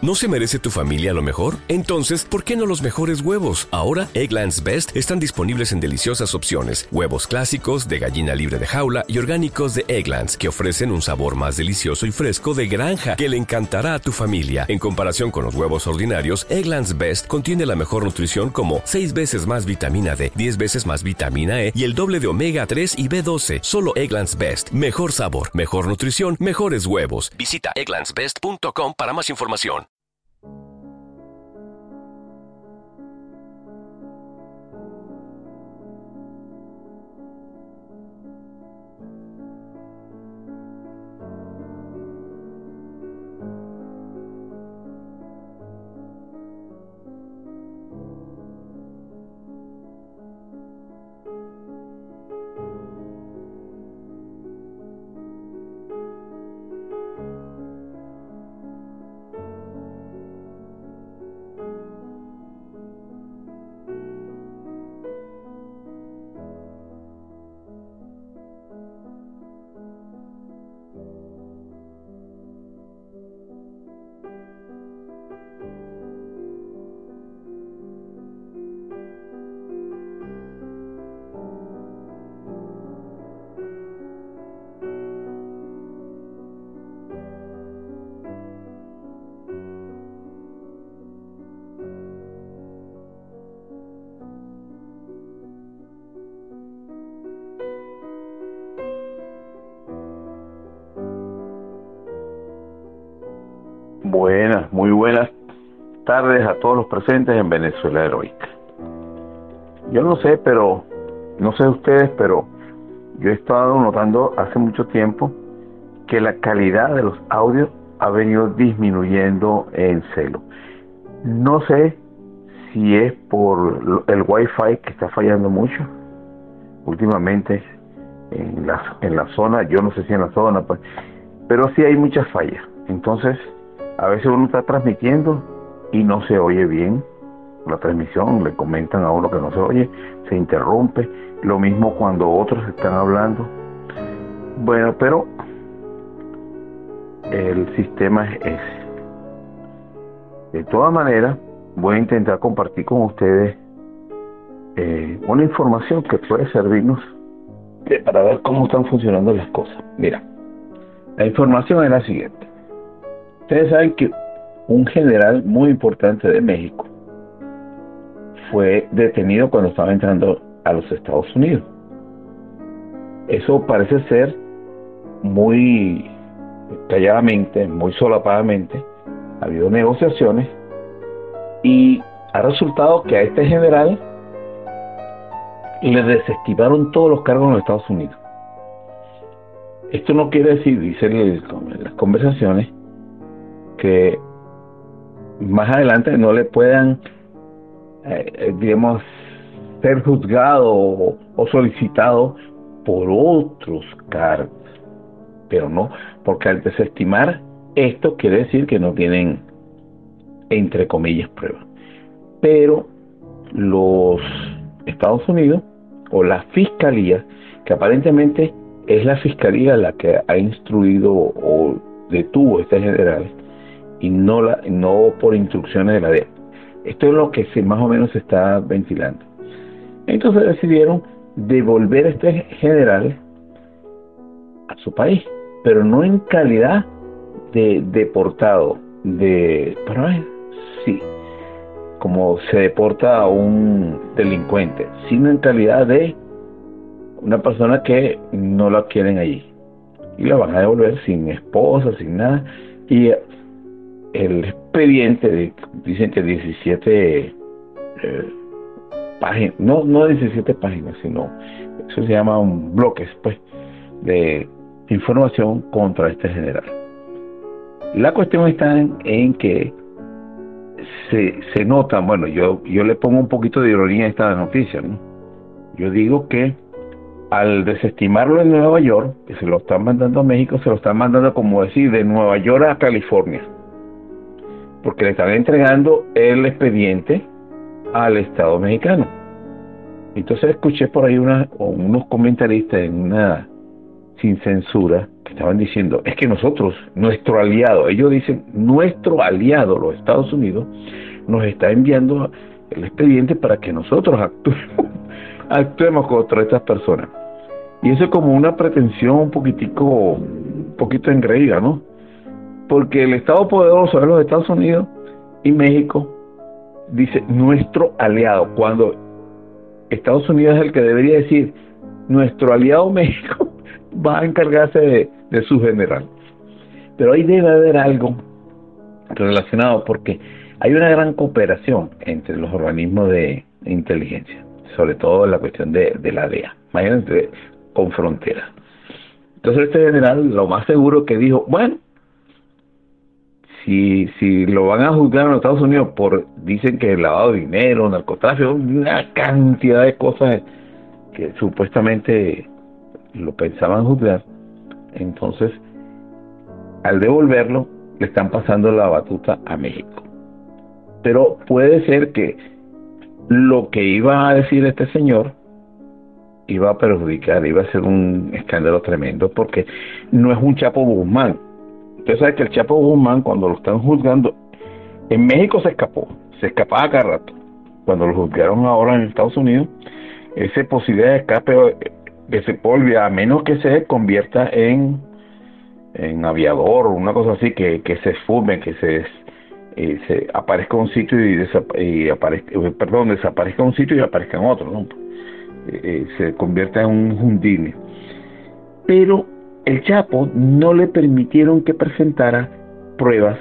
¿No se merece tu familia lo mejor? Entonces, ¿por qué no los mejores huevos? Ahora, Eggland's Best están disponibles en deliciosas opciones. Huevos clásicos, de gallina libre de jaula y orgánicos de Eggland's, que ofrecen un sabor más delicioso y fresco de granja que le encantará a tu familia. En comparación con los huevos ordinarios, Eggland's Best contiene la mejor nutrición como 6 veces más vitamina D, 10 veces más vitamina E y el doble de omega 3 y B12. Solo Eggland's Best. Mejor sabor, mejor nutrición, mejores huevos. Visita egglandsbest.com para más información. Buenas, muy buenas tardes a todos los presentes en Venezuela Heroica. Yo no sé, no sé ustedes, pero yo he estado notando hace mucho tiempo que la calidad de los audios ha venido disminuyendo en celo. No sé si es por el Wi-Fi que está fallando mucho últimamente en la zona, yo no sé si en la zona, pues, pero sí hay muchas fallas. Entonces, a veces uno está transmitiendo y no se oye bien la transmisión, le comentan a uno que no se oye, se interrumpe, lo mismo cuando otros están hablando. Bueno, pero el sistema es ese. De todas maneras, voy a intentar compartir con ustedes una información que puede servirnos para ver cómo están funcionando las cosas. Mira, la información es la siguiente. Ustedes saben que un general muy importante de México fue detenido cuando estaba entrando a los Estados Unidos. Eso parece ser muy calladamente, muy solapadamente. Ha habido negociaciones y ha resultado que a este general le desestimaron todos los cargos en los Estados Unidos. Esto no quiere decir, dicen las conversaciones, que más adelante no le puedan, digamos, ser juzgado o solicitado por otros cargos. Pero no, porque al desestimar esto quiere decir que no tienen, entre comillas, pruebas. Pero los Estados Unidos o la fiscalía, que aparentemente es la fiscalía la que ha instruido o detuvo a este general, y no por instrucciones de la DEA. Esto es lo que más o menos se está ventilando. Entonces decidieron devolver a este general a su país, pero no en calidad de deportado, sí, como se deporta a un delincuente, sino en calidad de una persona que no la quieren allí. Y la van a devolver sin esposa, sin nada. Y el expediente dicen que 17 páginas, no 17 páginas, sino eso se llama un bloque, pues, de información contra este general. La cuestión está en que se nota, bueno, yo le pongo un poquito de ironía a esta noticia, ¿no? Yo digo que al desestimarlo en Nueva York, que se lo están mandando a México, se lo están mandando, como decir, de Nueva York a California, porque le están entregando el expediente al Estado mexicano. Entonces escuché por ahí unos comentaristas en sin censura, que estaban diciendo, es que nosotros, nuestro aliado, ellos dicen, nuestro aliado, los Estados Unidos, nos está enviando el expediente para que nosotros actuemos contra estas personas. Y eso es como una pretensión un poquito engreída, ¿no? Porque el Estado poderoso de los Estados Unidos y México dice nuestro aliado, cuando Estados Unidos es el que debería decir nuestro aliado México va a encargarse de su general. Pero ahí debe haber algo relacionado, porque hay una gran cooperación entre los organismos de inteligencia, sobre todo en la cuestión de la DEA, imagínense, con fronteras. Entonces este general lo más seguro que dijo, bueno, si lo van a juzgar en los Estados Unidos por, dicen que lavado de dinero, narcotráfico, una cantidad de cosas que supuestamente lo pensaban juzgar, entonces al devolverlo le están pasando la batuta a México. Pero puede ser que lo que iba a decir este señor iba a perjudicar, iba a ser un escándalo tremendo, porque no es un Chapo Guzmán. Usted sabe que el Chapo Guzmán, cuando lo están juzgando, en México se escapaba cada rato. Cuando lo juzgaron ahora en Estados Unidos, esa posibilidad de escape se puede, a menos que se convierta en aviador o una cosa así, que se esfume, que se aparezca en un sitio desaparezca en un sitio y aparezca en otro, ¿no? Se convierta en un Houdini. Pero el Chapo no le permitieron que presentara pruebas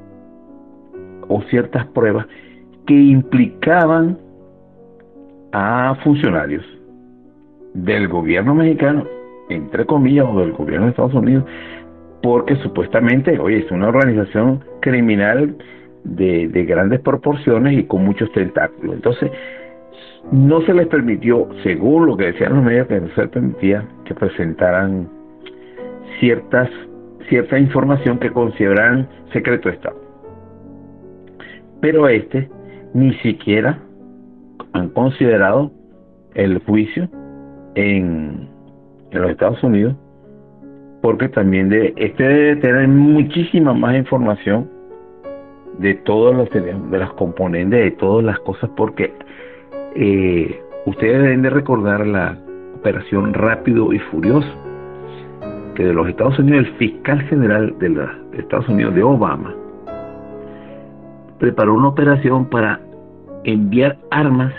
o ciertas pruebas que implicaban a funcionarios del gobierno mexicano, entre comillas, o del gobierno de Estados Unidos, porque supuestamente, oye, es una organización criminal de grandes proporciones y con muchos tentáculos. Entonces, no se les permitió, según lo que decían los medios, que no se les permitía que presentaran cierta información que consideraran secreto de Estado. Pero ni siquiera han considerado el juicio en los Estados Unidos, porque también debe tener muchísima más información de todas las componentes, de todas las cosas, porque ustedes deben de recordar la operación Rápido y Furioso, que de los Estados Unidos, el fiscal general de los Estados Unidos de Obama preparó una operación para enviar armas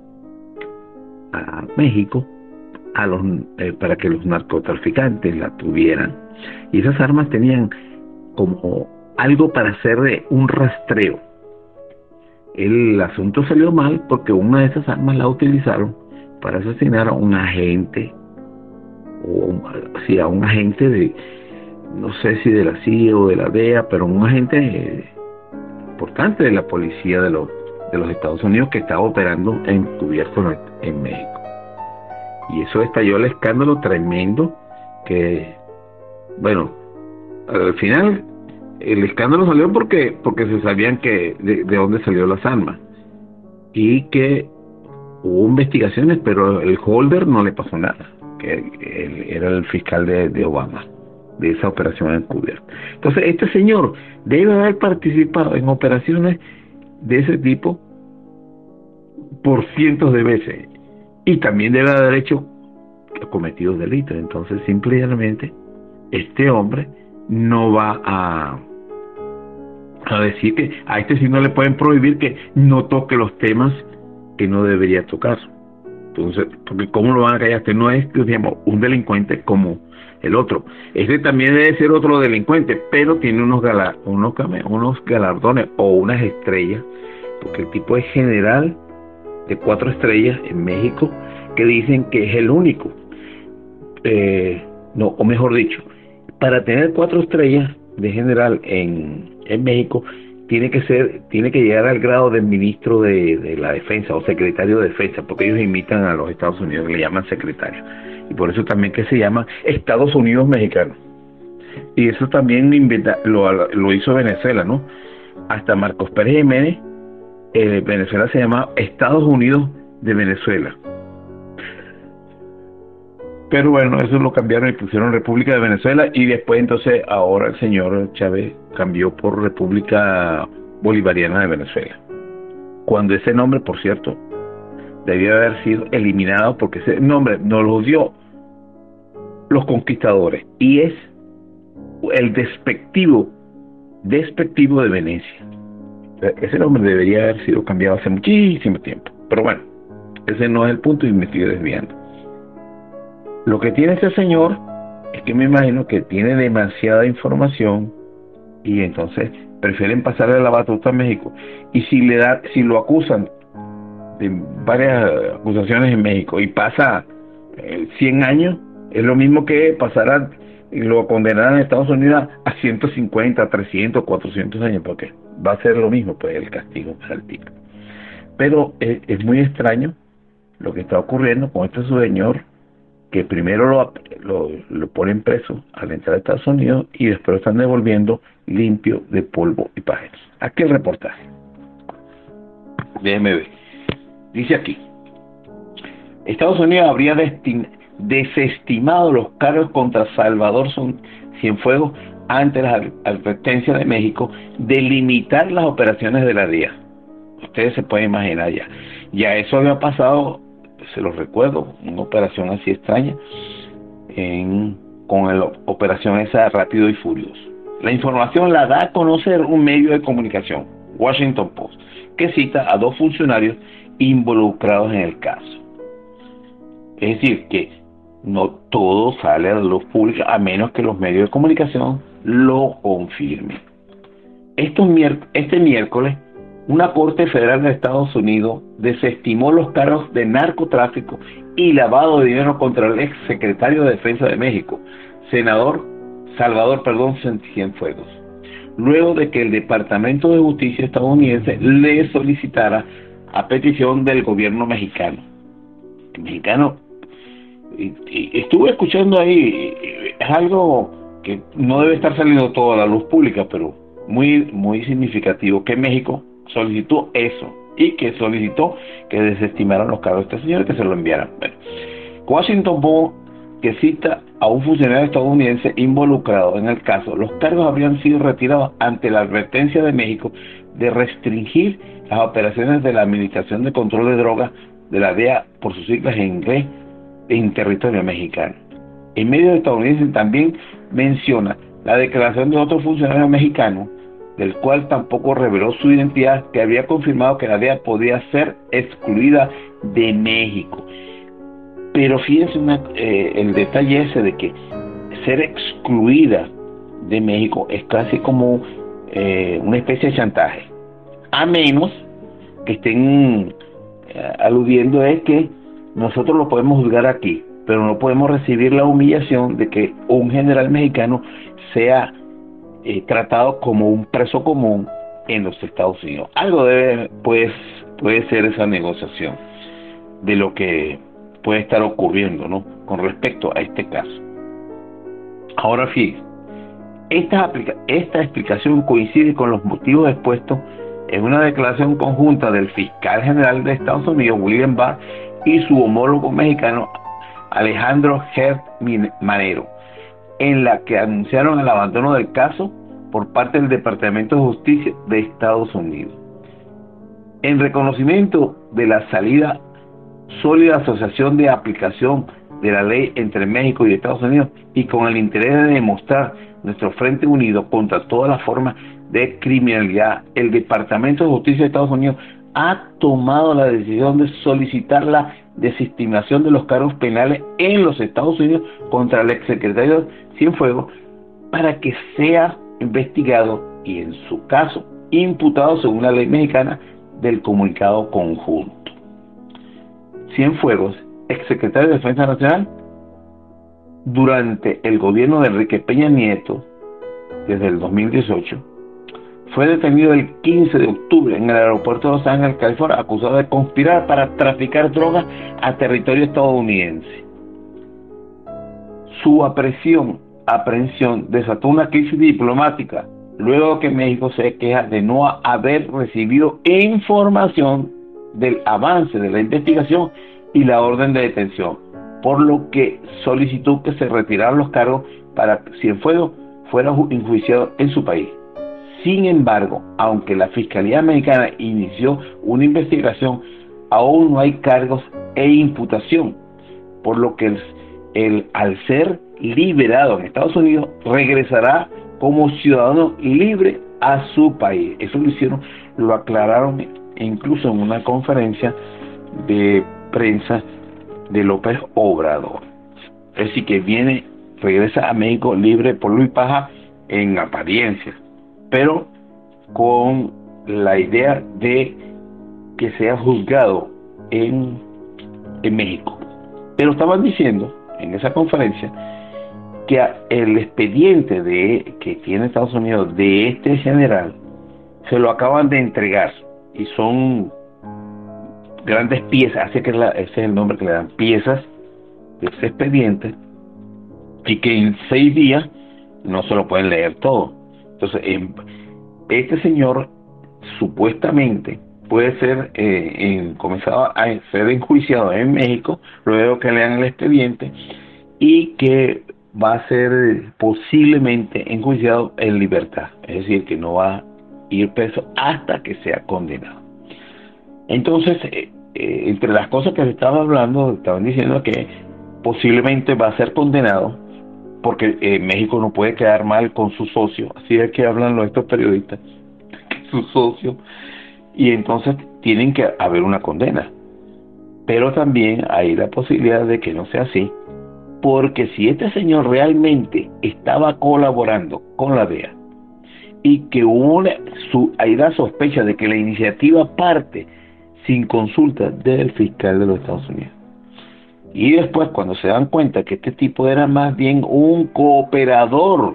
a México para que los narcotraficantes la tuvieran, y esas armas tenían como algo para hacer de un rastreo. El asunto salió mal porque una de esas armas la utilizaron para asesinar a un agente, a un agente de, no sé si de la CIA o de la DEA, pero un agente importante de la policía de los Estados Unidos, que estaba operando encubierto en México. Y eso estalló el escándalo tremendo que, bueno, al final el escándalo salió porque se sabían que de dónde salió las armas, y que hubo investigaciones, pero el holder no le pasó nada, que él era el fiscal de Obama, de esa operación encubierta. Entonces este señor debe haber participado en operaciones de ese tipo por cientos de veces, y también debe haber cometido delitos. Entonces simplemente este hombre no va a decir que a sí no le pueden prohibir que no toque los temas que no debería tocar. Entonces, porque ¿cómo lo van a callar? No es, digamos, un delincuente como el otro. También debe ser otro delincuente, pero tiene unos galardones o unas estrellas, porque el tipo es general de 4 estrellas en México, que dicen que es el único. O mejor dicho, para tener 4 estrellas de general en México, tiene que llegar al grado de ministro de la defensa o secretario de defensa, porque ellos imitan a los Estados Unidos, le llaman secretario, y por eso también que se llama Estados Unidos Mexicanos. Y eso también lo hizo Venezuela, ¿no? Hasta Marcos Pérez Jiménez, Venezuela se llama Estados Unidos de Venezuela. Pero bueno, eso lo cambiaron y pusieron República de Venezuela, y después entonces ahora el señor Chávez cambió por República Bolivariana de Venezuela. Cuando ese nombre, por cierto, debió haber sido eliminado, porque ese nombre nos lo dio los conquistadores y es el despectivo de Venecia. Ese nombre debería haber sido cambiado hace muchísimo tiempo. Pero bueno, ese no es el punto y me estoy desviando. Lo que tiene ese señor es que me imagino que tiene demasiada información y entonces prefieren pasarle la batuta a México. Y si lo acusan de varias acusaciones en México y pasa 100 años, es lo mismo que pasara y lo condenaran en Estados Unidos a 150, 300, 400 años, porque va a ser lo mismo, pues el castigo para el tipo. Pero es muy extraño lo que está ocurriendo con este señor, que primero lo ponen preso al entrar a Estados Unidos y después lo están devolviendo limpio de polvo y pájaros. Aquí el reportaje. Déjeme ver. Dice aquí: Estados Unidos habría desestimado los cargos contra Salvador Cienfuegos ante las advertencias de México de limitar las operaciones de la DEA. Ustedes se pueden imaginar ya eso había pasado, se los recuerdo, una operación así extraña con la operación esa Rápido y Furioso. La información la da a conocer un medio de comunicación, Washington Post, que cita a 2 funcionarios involucrados en el caso. Es decir, que no todo sale a la luz pública a menos que los medios de comunicación lo confirmen. Este miércoles, una Corte Federal de Estados Unidos desestimó los cargos de narcotráfico y lavado de dinero contra el ex secretario de Defensa de México, Salvador Cienfuegos, luego de que el Departamento de Justicia estadounidense le solicitara a petición del gobierno mexicano. El mexicano, y estuve escuchando ahí, es algo que no debe estar saliendo todo a la luz pública, pero muy, muy significativo, que México solicitó eso y que solicitó que desestimaran los cargos de este señor y que se lo enviaran. Bueno, Washington Post, que cita a un funcionario estadounidense involucrado en el caso, los cargos habrían sido retirados ante la advertencia de México de restringir las operaciones de la Administración de Control de Drogas de la DEA, por sus siglas en inglés, en territorio mexicano. En medios estadounidenses también menciona la declaración de otro funcionario mexicano, del cual tampoco reveló su identidad, que había confirmado que la DEA podía ser excluida de México. Pero fíjense el detalle ese de que ser excluida de México es casi como una especie de chantaje, a menos que estén aludiendo es que nosotros lo podemos juzgar aquí, pero no podemos recibir la humillación de que un general mexicano sea tratado como un preso común en los Estados Unidos. Algo puede ser esa negociación de lo que puede estar ocurriendo, ¿no?, con respecto a este caso. Ahora fíjense, esta explicación coincide con los motivos expuestos en una declaración conjunta del fiscal general de Estados Unidos, William Barr, y su homólogo mexicano, Alejandro Gertz Manero, en la que anunciaron el abandono del caso por parte del Departamento de Justicia de Estados Unidos. En reconocimiento de la sólida asociación de aplicación de la ley entre México y Estados Unidos, y con el interés de demostrar nuestro frente unido contra todas las formas de criminalidad, el Departamento de Justicia de Estados Unidos ha tomado la decisión de solicitar la desestimación de los cargos penales en los Estados Unidos contra el exsecretario Cienfuegos para que sea investigado y, en su caso, imputado según la ley mexicana del comunicado conjunto. Cienfuegos, exsecretario de Defensa Nacional, durante el gobierno de Enrique Peña Nieto, desde el 2018, fue detenido el 15 de octubre en el aeropuerto de Los Ángeles, California, acusado de conspirar para traficar drogas a territorio estadounidense. Su aprehensión desató una crisis diplomática, luego que México se queja de no haber recibido información del avance de la investigación y la orden de detención, por lo que solicitó que se retiraran los cargos para Cienfuegos fuera enjuiciado en su país. Sin embargo, aunque la Fiscalía Mexicana inició una investigación, aún no hay cargos e imputación, por lo que al ser liberado en Estados Unidos, regresará como ciudadano libre a su país. Eso lo aclararon incluso en una conferencia de prensa de López Obrador. Es decir, que regresa a México libre por Luis Paja en apariencia, pero con la idea de que sea juzgado en México. Pero estaban diciendo en esa conferencia que el expediente que tiene Estados Unidos de este general se lo acaban de entregar y son grandes piezas, ese es el nombre que le dan, piezas de ese expediente, y que en 6 días no se lo pueden leer todo. Entonces, este señor supuestamente puede ser comenzado a ser enjuiciado en México, luego que lean el expediente, y que va a ser posiblemente enjuiciado en libertad, es decir, que no va a ir preso hasta que sea condenado. Entonces, entre las cosas que se estaba hablando, estaban diciendo que posiblemente va a ser condenado, porque México no puede quedar mal con su socio, así es que hablan estos periodistas, su socio, y entonces tienen que haber una condena. Pero también hay la posibilidad de que no sea así, porque si este señor realmente estaba colaborando con la DEA y que hay la sospecha de que la iniciativa parte sin consulta del fiscal de los Estados Unidos, y después cuando se dan cuenta que este tipo era más bien un cooperador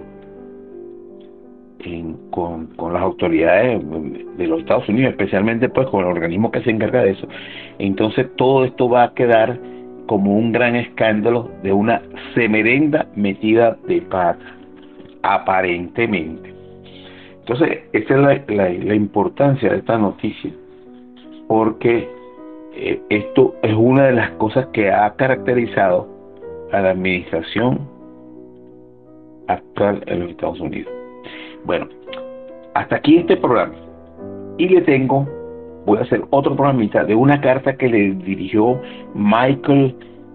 con las autoridades de los Estados Unidos, especialmente pues con el organismo que se encarga de eso, entonces todo esto va a quedar como un gran escándalo de una semerenda metida de pata, aparentemente. Entonces, esa es la importancia de esta noticia, porque esto es una de las cosas que ha caracterizado a la administración actual en los Estados Unidos. Bueno, hasta aquí este programa, y voy a hacer otro programita de una carta que le dirigió Michael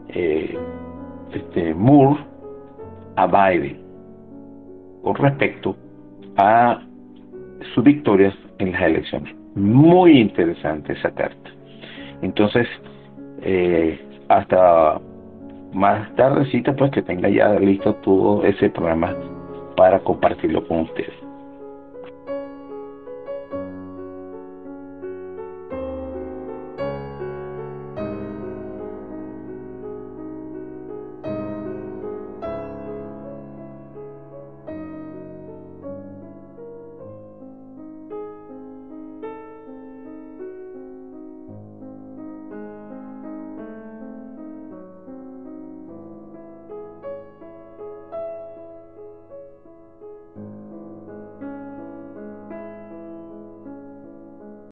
Moore a Biden con respecto a sus victorias en las elecciones. Muy interesante esa carta. Entonces, hasta más tardecita, pues que tenga ya listo todo ese programa para compartirlo con ustedes.